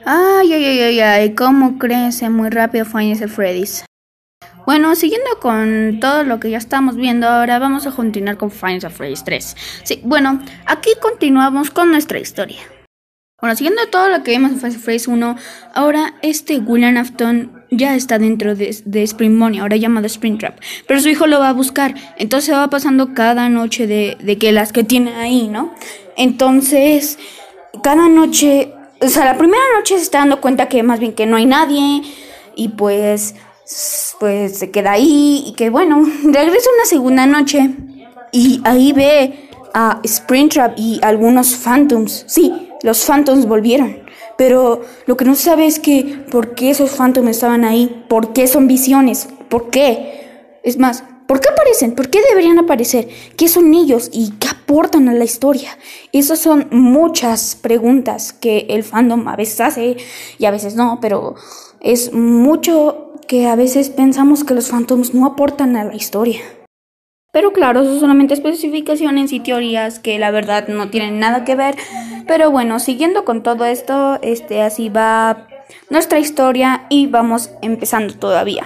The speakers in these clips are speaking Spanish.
Ay, ¿cómo crece muy rápido Five Freddy's? Bueno, siguiendo con todo lo que ya estamos viendo, ahora vamos a continuar con Five Freddy's 3. Sí, bueno, aquí continuamos con nuestra historia. Bueno, siguiendo todo lo que vimos en Five Freddy's 1, ahora William Afton ya está dentro de Spring Bonnie, ahora llamado Springtrap. Pero su hijo lo va a buscar, entonces va pasando cada noche de que las que tiene ahí, ¿no? Entonces, cada noche, o sea, la primera noche se está dando cuenta que más bien que no hay nadie y pues se queda ahí y que bueno, regresa una segunda noche y ahí ve a Springtrap y algunos Phantoms. Sí, los Phantoms volvieron, pero lo que no se sabe es que por qué esos Phantoms estaban ahí, por qué son visiones, por qué. Es más, ¿por qué aparecen? ¿Por qué deberían aparecer? ¿Qué son ellos y qué aportan a la historia? Esas son muchas preguntas que el fandom a veces hace y a veces no, pero es mucho que a veces pensamos que los Phantoms no aportan a la historia. Pero claro, eso son solamente especificaciones y teorías que la verdad no tienen nada que ver. Pero bueno, siguiendo con todo esto, así va nuestra historia y vamos empezando todavía.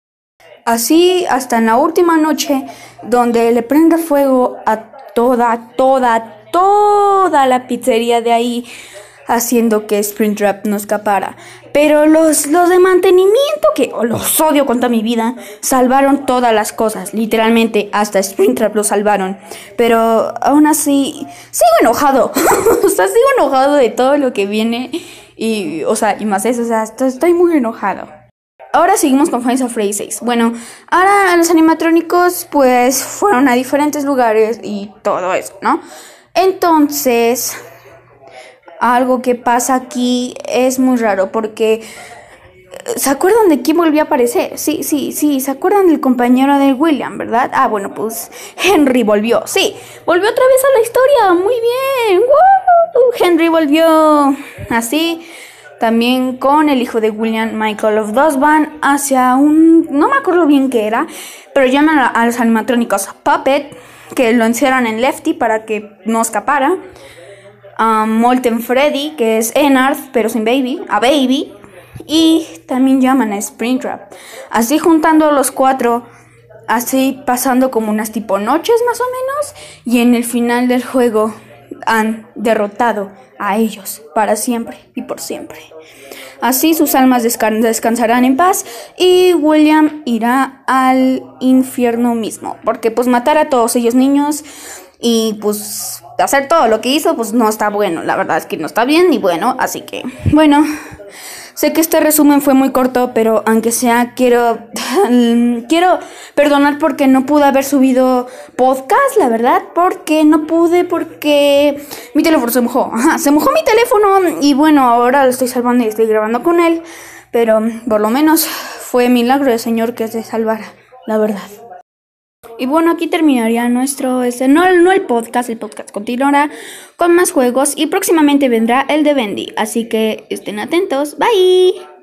Así hasta en la última noche, donde le prende fuego a toda la pizzería de ahí, haciendo que Springtrap no escapara. Pero los de mantenimiento, que los odio con toda mi vida, salvaron todas las cosas, literalmente hasta Springtrap lo salvaron. Pero aún así, sigo enojado. O sea, sigo enojado de todo lo que viene y más eso, o sea, estoy muy enojado. Ahora seguimos con Five Freddy's 6. Bueno, ahora los animatrónicos pues fueron a diferentes lugares y todo eso, ¿no? Entonces, algo que pasa aquí es muy raro porque ¿se acuerdan de quién volvió a aparecer? Sí, ¿se acuerdan del compañero de William, verdad? Bueno, pues Henry volvió, sí, volvió otra vez a la historia, muy bien, ¡wow! Henry volvió así, también con el hijo de William, Michael of Dustban, hacia no me acuerdo bien qué era, pero llaman a los animatrónicos Puppet, que lo encierran en Lefty para que no escapara. Molten Freddy, que es Ennard, pero sin Baby, y también llaman a Springtrap. Así juntando los cuatro, así pasando como unas tipo noches más o menos, y en el final del juego han derrotado a ellos para siempre y por siempre. Así sus almas descansarán en paz y William irá al infierno mismo, porque pues matar a todos ellos niños y pues hacer todo lo que hizo pues no está bueno, la verdad es que no está bien y bueno, así que bueno, sé que este resumen fue muy corto, pero aunque sea quiero perdonar porque no pude haber subido podcast, la verdad, porque mi teléfono se mojó, se mojó mi teléfono y bueno, ahora lo estoy salvando y estoy grabando con él, pero por lo menos fue milagro del Señor que se salvara, la verdad. Y bueno, aquí terminaría nuestro, no el podcast continuará con más juegos y próximamente vendrá el de Bendy, así que estén atentos, bye.